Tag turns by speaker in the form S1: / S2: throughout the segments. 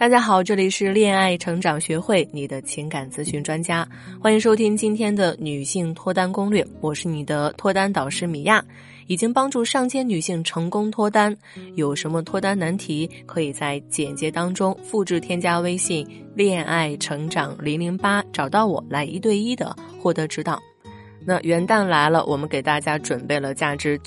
S1: 大家好，这里是恋爱成长学会，你的情感咨询专家，欢迎收听今天的女性脱单攻略。我是你的脱单导师米娅，已经帮助上千女性成功脱单。有什么脱单难题，可以在简介当中复制添加微信恋爱成长008，找到我来1对1的获得指导。那元旦来了，我们给大家准备了价值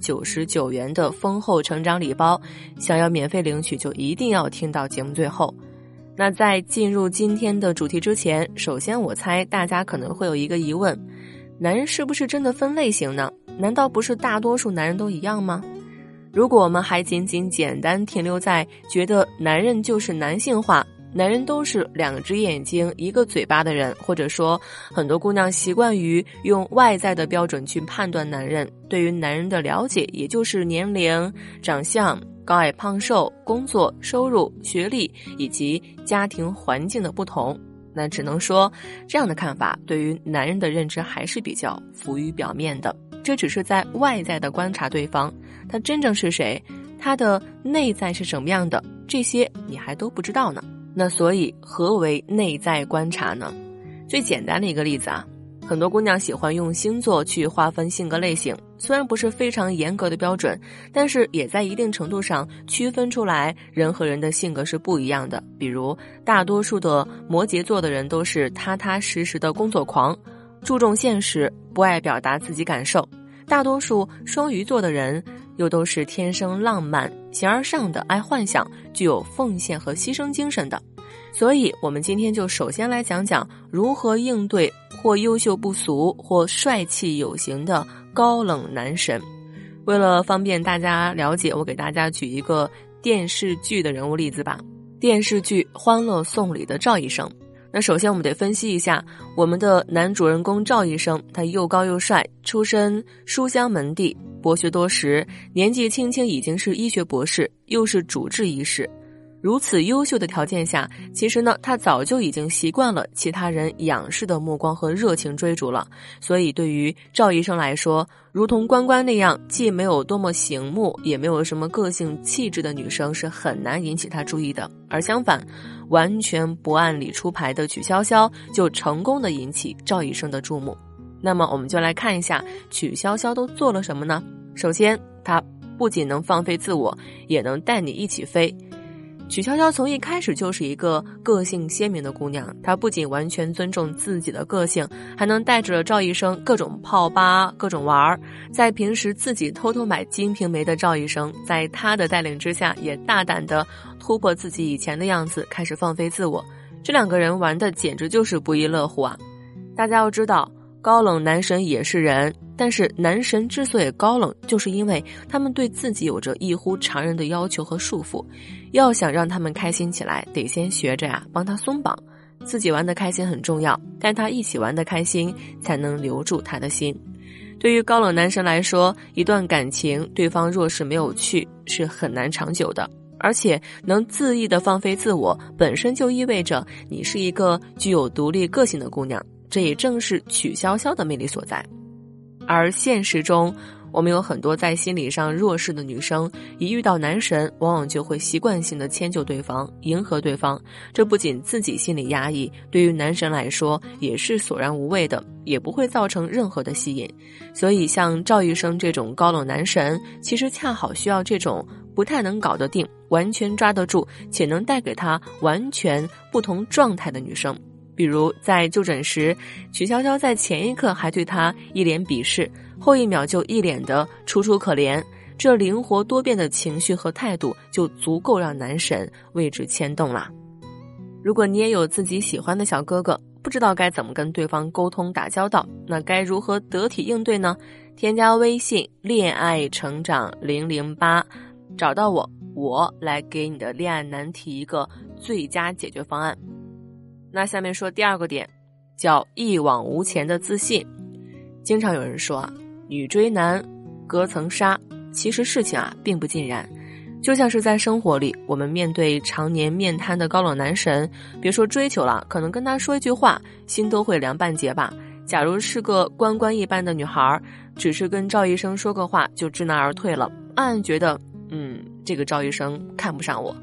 S1: 999元的丰厚成长礼包，想要免费领取就一定要听到节目最后。那在进入今天的主题之前，首先我猜大家可能会有一个疑问，男人是不是真的分类型呢？难道不是大多数男人都一样吗？如果我们还仅仅简单停留在觉得男人就是男性化，男人都是2只眼睛1个嘴巴的人，或者说很多姑娘习惯于用外在的标准去判断男人，对于男人的了解也就是年龄、长相、高矮胖瘦、工作、收入、学历以及家庭环境的不同，那只能说这样的看法对于男人的认知还是比较浮于表面的，这只是在外在的观察对方，他真正是谁，他的内在是什么样的，这些你还都不知道呢。那所以何为内在观察呢？最简单的一个例子啊，很多姑娘喜欢用星座去划分性格类型，虽然不是非常严格的标准，但是也在一定程度上区分出来人和人的性格是不一样的。比如大多数的摩羯座的人都是踏踏实实的工作狂，注重现实，不爱表达自己感受，大多数双鱼座的人又都是天生浪漫、形而上的，爱幻想，具有奉献和牺牲精神的。所以我们今天就首先来讲讲如何应对或优秀不俗或帅气有型的高冷男神。为了方便大家了解，我给大家举一个电视剧的人物例子吧。电视剧《欢乐颂》里的赵医生。那首先我们得分析一下我们的男主人公赵医生，他又高又帅，出身书香门第，博学多识，年纪轻轻已经是医学博士，又是主治医师。如此优秀的条件下，其实呢，他早就已经习惯了其他人仰视的目光和热情追逐了。所以对于赵医生来说，如同关关那样既没有多么醒目，也没有什么个性气质的女生是很难引起他注意的。而相反，完全不按理出牌的曲筱绡就成功的引起赵医生的注目。那么我们就来看一下曲筱绡都做了什么呢？首先，她不仅能放飞自我，也能带你一起飞。曲筱绡从一开始就是一个个性鲜明的姑娘，她不仅完全尊重自己的个性，还能带着赵医生各种泡吧，各种玩。在平时自己偷偷买金瓶梅的赵医生，在她的带领之下，也大胆地突破自己以前的样子，开始放飞自我。这2个人玩的简直就是不亦乐乎啊！大家要知道，高冷男神也是人，但是男神之所以高冷，就是因为他们对自己有着异乎常人的要求和束缚。要想让他们开心起来，得先学着帮他松绑。自己玩得开心很重要，但他一起玩得开心，才能留住他的心。对于高冷男神来说，一段感情对方若是没有趣，是很难长久的。而且能恣意地放飞自我，本身就意味着你是一个具有独立个性的姑娘，这也正是曲筱绡的魅力所在。而现实中，我们有很多在心理上弱势的女生，一遇到男神，往往就会习惯性的迁就对方，迎合对方。这不仅自己心里压抑，对于男神来说也是索然无味的，也不会造成任何的吸引。所以像赵医生这种高冷男神，其实恰好需要这种不太能搞得定，完全抓得住，且能带给他完全不同状态的女生。比如在就诊时，曲筱绡在前一刻还对他一脸鄙视，后一秒就一脸的楚楚可怜，这灵活多变的情绪和态度就足够让男神为之牵动啦。如果你也有自己喜欢的小哥哥，不知道该怎么跟对方沟通打交道，那该如何得体应对呢？添加微信恋爱成长008，找到我来给你的恋爱难题一个最佳解决方案。那下面说第2个点，叫一往无前的自信。经常有人说女追男隔层纱，其实事情并不尽然。就像是在生活里，我们面对常年面瘫的高冷男神，别说追求了，可能跟他说一句话，心都会凉半截吧。假如是个关关一般的女孩，只是跟赵医生说个话就知难而退了，暗暗觉得这个赵医生看不上我。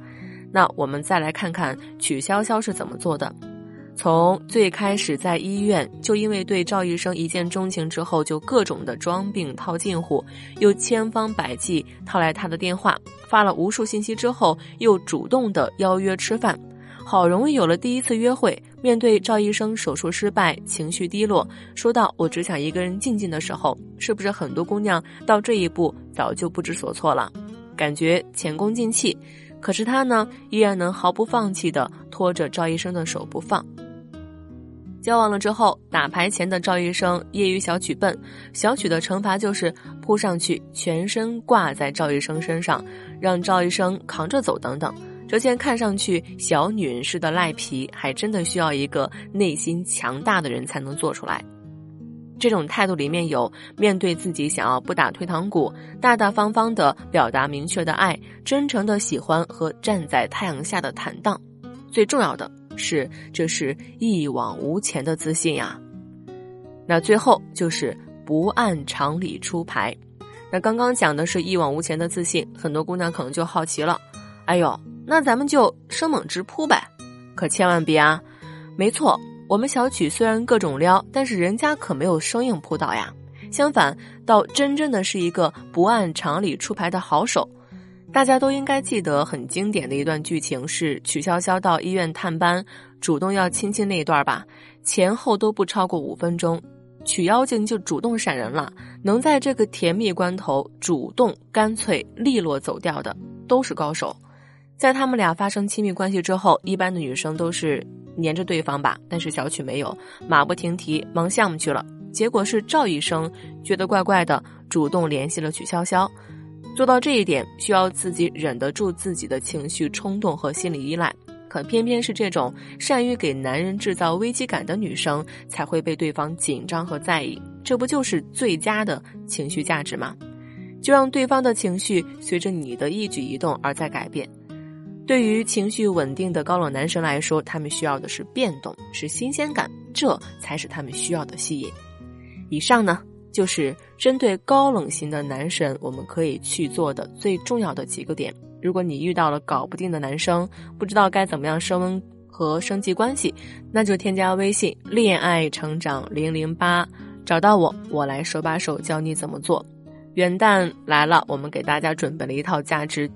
S1: 那我们再来看看曲筱绡是怎么做的。从最开始在医院就因为对赵医生一见钟情之后，就各种的装病套近乎，又千方百计套来他的电话，发了无数信息之后，又主动的邀约吃饭。好容易有了第一次约会，面对赵医生手术失败，情绪低落，说到我只想一个人静静的时候，是不是很多姑娘到这一步早就不知所措了，感觉前功尽弃？可是他呢，依然能毫不放弃地拖着赵医生的手不放。交往了之后，打牌前的赵医生揶揄小曲笨，小曲的惩罚就是扑上去全身挂在赵医生身上，让赵医生扛着走等等。这些看上去小女人式的赖皮，还真的需要一个内心强大的人才能做出来。这种态度里面有面对自己想要不打退堂鼓，大大方方地表达明确的爱，真诚的喜欢和站在太阳下的坦荡。最重要的是，这是一往无前的自信呀。那最后就是不按常理出牌。那刚刚讲的是一往无前的自信，很多姑娘可能就好奇了，哎呦，那咱们就生猛直扑呗。可千万别啊，没错，我们小曲虽然各种撩，但是人家可没有生硬扑倒呀。相反，倒真的是一个不按常理出牌的好手。大家都应该记得很经典的一段剧情，是曲筱绡到医院探班，主动要亲亲那一段吧，前后都不超过5分钟，曲妖精就主动闪人了。能在这个甜蜜关头主动干脆利落走掉的都是高手。在他们俩发生亲密关系之后，一般的女生都是黏着对方吧，但是小曲没有，马不停蹄忙项目去了。结果是赵医生觉得怪怪的，主动联系了曲筱绡。做到这一点，需要自己忍得住自己的情绪冲动和心理依赖，可偏偏是这种善于给男人制造危机感的女生才会被对方紧张和在意，这不就是最佳的情绪价值吗？就让对方的情绪随着你的一举一动而在改变。对于情绪稳定的高冷男神来说，他们需要的是变动，是新鲜感，这才是他们需要的吸引。以上呢，就是针对高冷型的男神我们可以去做的最重要的几个点。如果你遇到了搞不定的男生，不知道该怎么样升温和升级关系，那就添加微信恋爱成长008，找到我来手把手教你怎么做。元旦来了，我们给大家准备了一套价值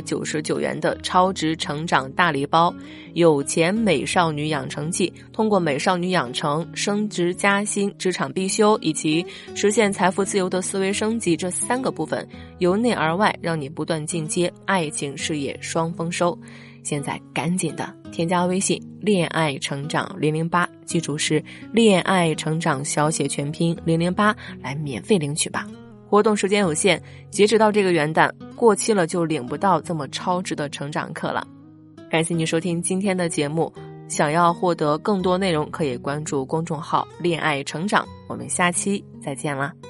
S1: 999元的超值成长大礼包，有钱美少女养成记，通过美少女养成、升职加薪、职场必修以及实现财富自由的思维升级这3个部分，由内而外让你不断进阶，爱情事业双丰收。现在赶紧的添加微信恋爱成长008，记住是恋爱成长小写全拼008，来免费领取吧。活动时间有限，截止到这个元旦，过期了就领不到这么超值的成长课了。感谢你收听今天的节目，想要获得更多内容可以关注公众号恋爱成长，我们下期再见啦。